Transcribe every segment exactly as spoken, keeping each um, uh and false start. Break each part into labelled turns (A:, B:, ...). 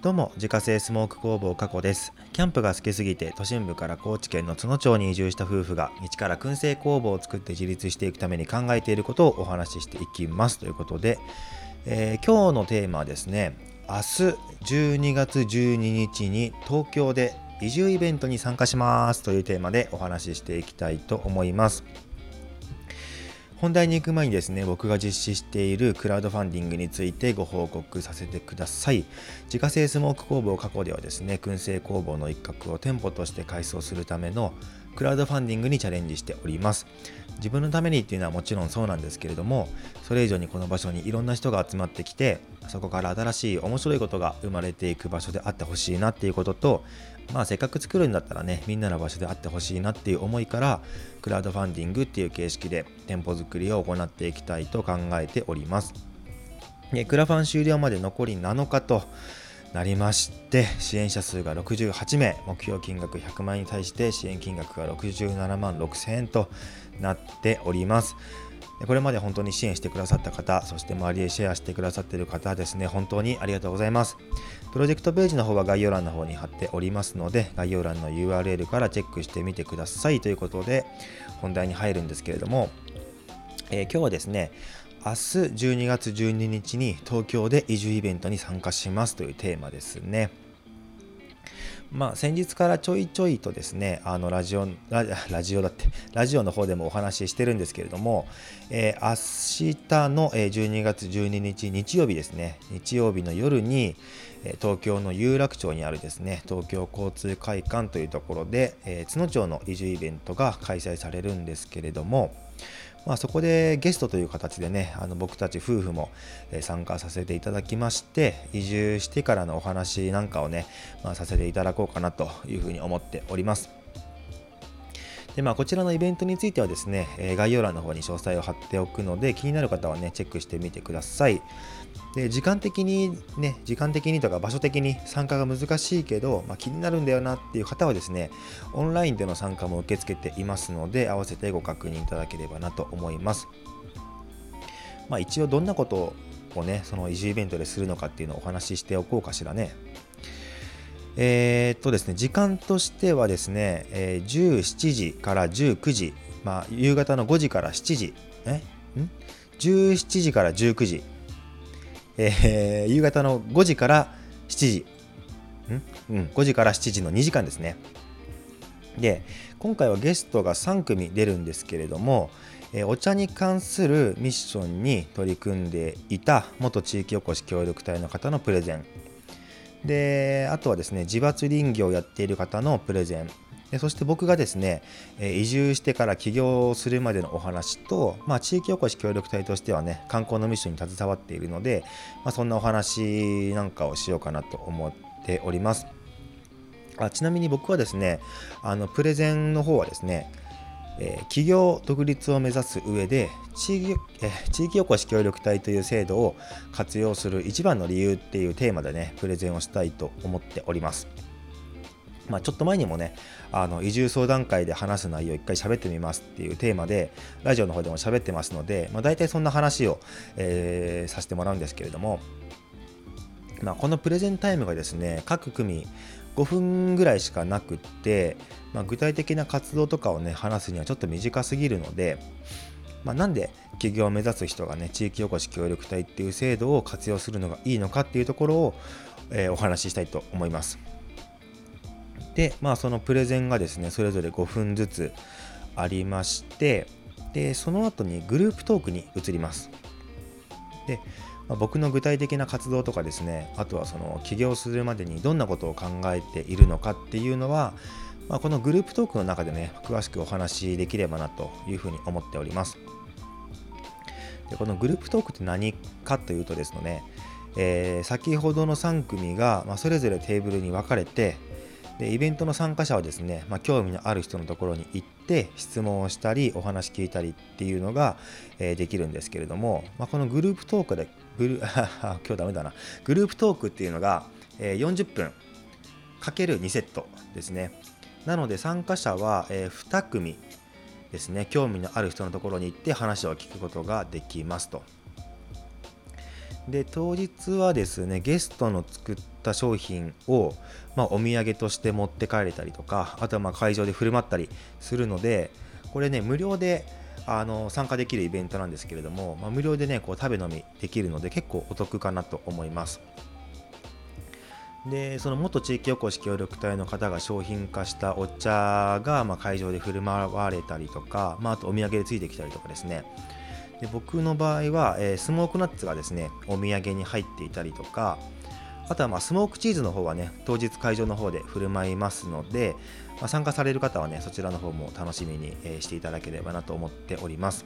A: どうも、自家製スモーク工房加古です。キャンプが好きすぎて都心部から高知県の津野町に移住した夫婦が一から燻製工房を作って自立していくために考えていることをお話ししていきますということで、えー今日のテーマはですね、明日じゅうにがつじゅうににちに東京で移住イベントに参加しますというテーマでお話ししていきたいと思います。本題に行く前にですね、僕が実施しているクラウドファンディングについてご報告させてください。自家製スモーク工房加古ではですね、燻製工房の一角を店舗として改装するためのクラウドファンディングにチャレンジしております。自分のためにっていうのはもちろんそうなんですけれども、それ以上にこの場所にいろんな人が集まってきて、そこから新しい面白いことが生まれていく場所であってほしいなっていうことと、まあせっかく作るんだったらね、みんなの場所であってほしいなっていう思いから、クラウドファンディングっていう形式で店舗作りを行っていきたいと考えております。で、クラファン終了まで残りなのかとなりまして、支援者数がろくじゅうはちめい、目標金額ひゃくまんえんに対して支援金額がろくじゅうななまんろくせんえんとなっております。これまで本当に支援してくださった方、そして周りでシェアしてくださっている方ですね、本当にありがとうございます。プロジェクトページの方は概要欄の方に貼っておりますので、概要欄の ユーアールエル からチェックしてみてくださいということで、本題に入るんですけれども、えー今日はですね、明日じゅうにがつじゅうににちに東京で移住イベントに参加しますというテーマですね。まあ、先日からちょいちょいとですね、あのラジオラ、ラジオだってラジオの方でもお話ししてるんですけれども、えー明日のえーじゅうにがつじゅうににち日曜日ですね、日曜日の夜にえー東京の有楽町にあるですね、東京交通会館というところで、えー津野町の移住イベントが開催されるんですけれども、まあ、そこでゲストという形でね、あの僕たち夫婦もえー参加させていただきまして、移住してからのお話なんかをね、まあ、させていただこうかなというふうに思っております。で、まあ、こちらのイベントについてはですね、えー概要欄の方に詳細を貼っておくので、気になる方はね、チェックしてみてください。で、時間的にね、時間的にとか場所的に参加が難しいけど、まあ、気になるんだよなっていう方はですね、オンラインでの参加も受け付けていますので、合わせてご確認いただければなと思います。まあ、一応どんなことをね、その移住イベントでするのかっていうのをお話ししておこうかしらね。えーっとですね、時間としてはですね、えーじゅうしちじからじゅうくじ、まあ、夕方のごじからしちじ、えん ?じゅうしちじからじゅうくじ、えー夕方のごじからしちじ、んうん、ごじからしちじのにじかんですね。で、今回はゲストがさんくみ出るんですけれども、えーお茶に関するミッションに取り組んでいた元地域おこし協力隊の方のプレゼンで、あとはですね、自伐林業をやっている方のプレゼンで、そして僕がですね、えー移住してから起業するまでのお話と、まあ、地域おこし協力隊としてはね、観光のミッションに携わっているので、まあ、そんなお話なんかをしようかなと思っております。あちなみに僕はですね、あのプレゼンの方はですね、えー企業独立を目指す上で地域、えー地域おこし協力隊という制度を活用する一番の理由っていうテーマでね、プレゼンをしたいと思っております。まあ、ちょっと前にもね、あの移住相談会で話す内容を一回喋ってみますっていうテーマでラジオの方でも喋ってますので、まあ、大体そんな話を、えーさせてもらうんですけれども、まあ、このプレゼンタイムがですね、各組ごふんぐらいしかなくって、まあ、具体的な活動とかをね話すにはちょっと短すぎるので、まあ、なんで起業を目指す人がね、地域おこし協力隊っていう制度を活用するのがいいのかっていうところを、えーお話ししたいと思います。で、まあそのプレゼンがですね、それぞれごふんずつありまして、でその後にグループトークに移ります。で、まあ僕の具体的な活動とかですね、あとはその起業するまでにどんなことを考えているのかっていうのは、まあ、このグループトークの中でね、詳しくお話しできればなというふうに思っております。で、このグループトークって何かというとですね、えー先ほどのさんくみが、まあ、それぞれテーブルに分かれて、でイベントの参加者はですね、まあ、興味のある人のところに行って質問をしたりお話聞いたりっていうのが、えーできるんですけれども、まあ、このグループトークでグル今日ダメだなグループトークっていうのが、えーよんじゅっぷんかけるにセットですね。なので参加者は、えーにくみですね、興味のある人のところに行って話を聞くことができますと。で当日はですね、ゲストの作っった商品を、まあ、お土産として持って帰れたりとか、あとはまあ会場で振る舞ったりするので、これね無料であの参加できるイベントなんですけれども、まあ、無料でねこう食べ飲みできるので結構お得かなと思います。でその元地域おこし協力隊の方が商品化したお茶が、まあ、会場で振る舞われたりとか、まあ、あとお土産でついてきたりとかですね。で僕の場合は、えースモークナッツがですねお土産に入っていたりとか、あとはまあスモークチーズの方はね当日会場の方で振る舞いますので、まあ、参加される方はねそちらの方も楽しみに、えーしていただければなと思っております。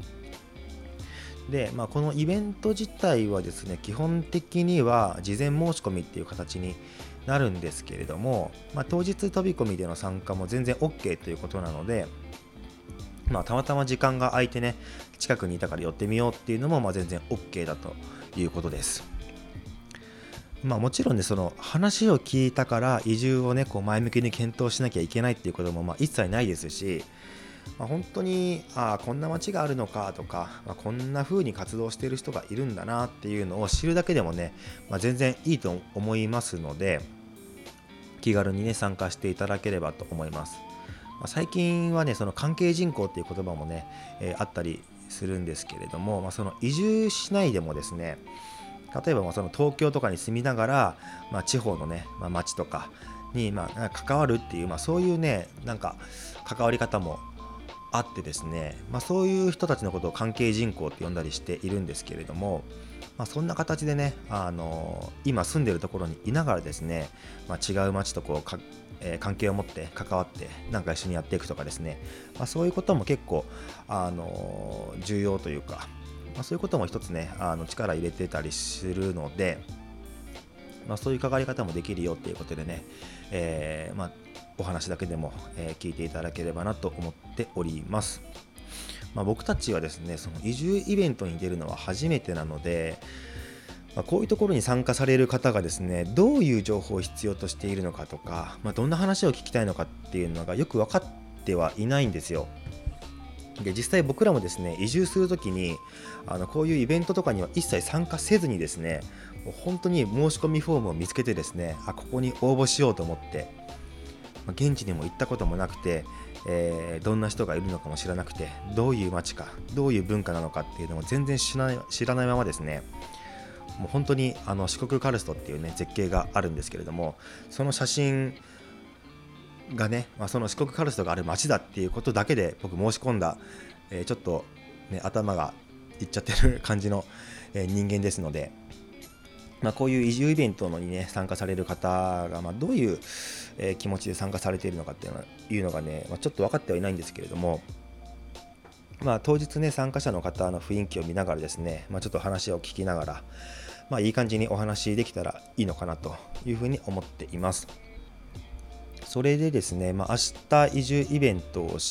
A: で、まあ、このイベント自体はですね基本的には事前申し込みっていう形になるんですけれども、まあ、当日飛び込みでの参加も全然 OK ということなので、まあ、たまたま時間が空いてね近くにいたから寄ってみようっていうのもまあ全然 OK だということです。まあ、もちろんねその話を聞いたから移住をねこう前向きに検討しなきゃいけないっていうこともまあ一切ないですし、まあ、本当にああこんな街があるのかとか、まあ、こんな風に活動している人がいるんだなっていうのを知るだけでもね、まあ、全然いいと思いますので、気軽にね参加していただければと思います。まあ、最近はねその関係人口っていう言葉もね、えーあったりするんですけれども、まあ、その移住しないでもですね、例えばまあその東京とかに住みながら、まあ、地方のね、まあ、町とかにまあ関わるっていう、まあ、そういうねなんか関わり方もあってですね、まあ、そういう人たちのことを関係人口って呼んだりしているんですけれども、まあ、そんな形でね、あの今住んでるところにいながらですね、まあ、違う町とこうか、えー関係を持って関わってなんか一緒にやっていくとかですね、まあ、そういうことも結構、あの重要というか、まあ、そういうことも一つねあの力入れてたりするので、まあ、そういう関わり方もできるよっていうことでね、えーまあ、お話だけでも、えー聞いていただければなと思っております。まあ、僕たちはですねその移住イベントに出るのは初めてなので、まあ、こういうところに参加される方がですねどういう情報を必要としているのかとか、まあ、どんな話を聞きたいのかっていうのがよく分かってはいないんですよ。で実際僕らもですね移住するときにあのこういうイベントとかには一切参加せずにですね、もう本当に申し込みフォームを見つけてですね、あここに応募しようと思って、まあ現地にも行ったこともなくて、えーどんな人がいるのかも知らなくて、どういう街かどういう文化なのかっていうのも全然知らない知らないままですね、もう本当にあの四国カルストっていうね絶景があるんですけれども、その写真がね、まあ、その四国カルストがある街だっていうことだけで僕申し込んだ、えーちょっと、ね、頭がいっちゃってる感じの、えー人間ですので、まあ、こういう移住イベントにね参加される方が、まあ、どういう、えー気持ちで参加されているのかっていうのはいうのがね、まあ、ちょっと分かってはいないんですけれども、まあ、当日ね参加者の方の雰囲気を見ながらですね、まあ、ちょっと話を聞きながら、まあ、いい感じにお話できたらいいのかなというふうに思っています。それでですね、まあ、明日移住イベントをして、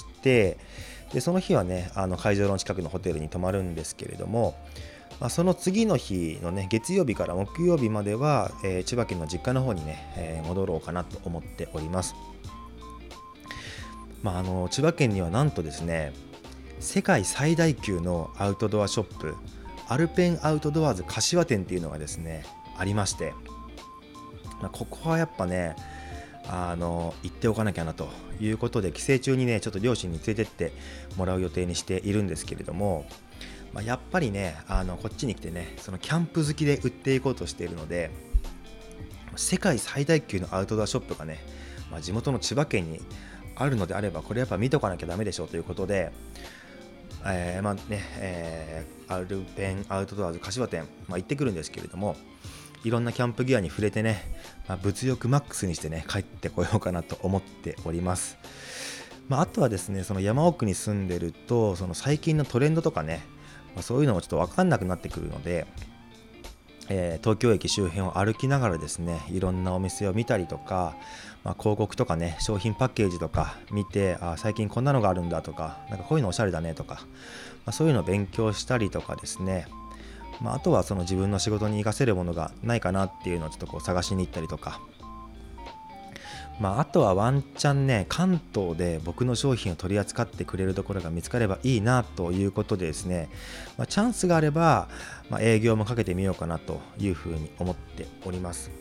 A: でその日はねあの会場の近くのホテルに泊まるんですけれども、まあ、その次の日のね月曜日から木曜日までは、えー千葉県の実家の方にね、えー戻ろうかなと思っております。まあ、あの千葉県にはなんとですね世界最大級のアウトドアショップアルペンアウトドアーズ柏店っていうのがですねありまして、まあ、ここはやっぱねあの行っておかなきゃなということで、帰省中にねちょっと両親に連れてってもらう予定にしているんですけれども、まあ、やっぱりねあのこっちに来てねそのキャンプ好きで売っていこうとしているので、世界最大級のアウトドアショップがね、まあ、地元の千葉県にあるのであればこれやっぱ見とかなきゃダメでしょうということで、えーまあねえーアルペンアウトドアーズ柏店、まあ、行ってくるんですけれども、いろんなキャンプギアに触れてね、まあ、物欲マックスにしてね帰ってこようかなと思っております。まあ、あとはですねその山奥に住んでるとその最近のトレンドとかね、まあ、そういうのもちょっと分かんなくなってくるので、えー東京駅周辺を歩きながらですねいろんなお店を見たりとか、まあ、広告とかね商品パッケージとか見て、あ最近こんなのがあるんだとか、なんかこういうのおしゃれだねとか、まあ、そういうのを勉強したりとかですね、まあ、あとはその自分の仕事に活かせるものがないかなっていうのをちょっとこう探しに行ったりとか、まあ、あとはワンチャンね関東で僕の商品を取り扱ってくれるところが見つかればいいなということでですね、まあ、チャンスがあれば、まあ、営業もかけてみようかなというふうに思っております。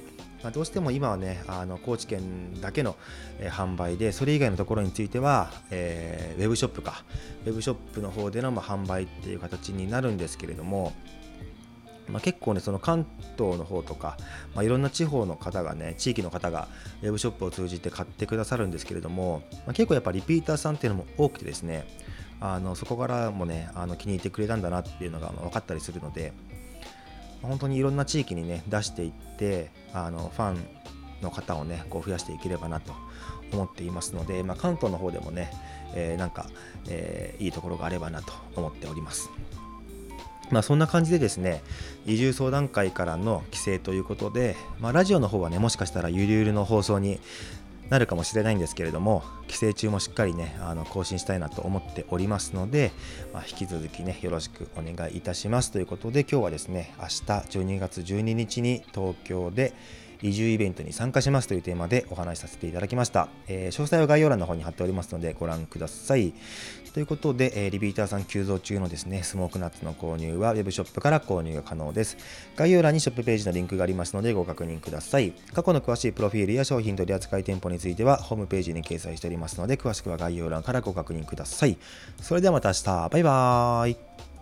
A: まあ、どうしても今はねあの高知県だけの、えー販売で、それ以外のところについては、えーウェブショップかウェブショップの方での、まあ、販売っていう形になるんですけれども、まあ、結構ねその関東の方とか、まあ、いろんな地方の方がね地域の方がウェブショップを通じて買ってくださるんですけれども、まあ、結構やっぱリピーターさんっていうのも多くてですね、あのそこからもねあの気に入ってくれたんだなっていうのがまあ分かったりするので、まあ本当にいろんな地域にね出していって、あのファンの方をねこう増やしていければなと思っていますので、まあ、関東の方でもね、えーなんか、えーいいところがあればなと思っております。まあ、そんな感じでですね、移住相談会からの規制ということで、まあ、ラジオの方はねもしかしたらゆるゆるの放送になるかもしれないんですけれども、規制中もしっかりねあの更新したいなと思っておりますので、まあ、引き続きねよろしくお願いいたしますということで、今日はですね明日じゅうにがつじゅうににちに東京で移住イベントに参加しますというテーマでお話しさせていただきました。えー詳細は概要欄の方に貼っておりますのでご覧ください。ということで、えーリピーターさん急増中のですねスモークナッツの購入はウェブショップから購入が可能です。概要欄にショップページのリンクがありますのでご確認ください。過去の詳しいプロフィールや商品取扱店舗についてはホームページに掲載しておりますので、詳しくは概要欄からご確認ください。それではまた明日、バイバーイ。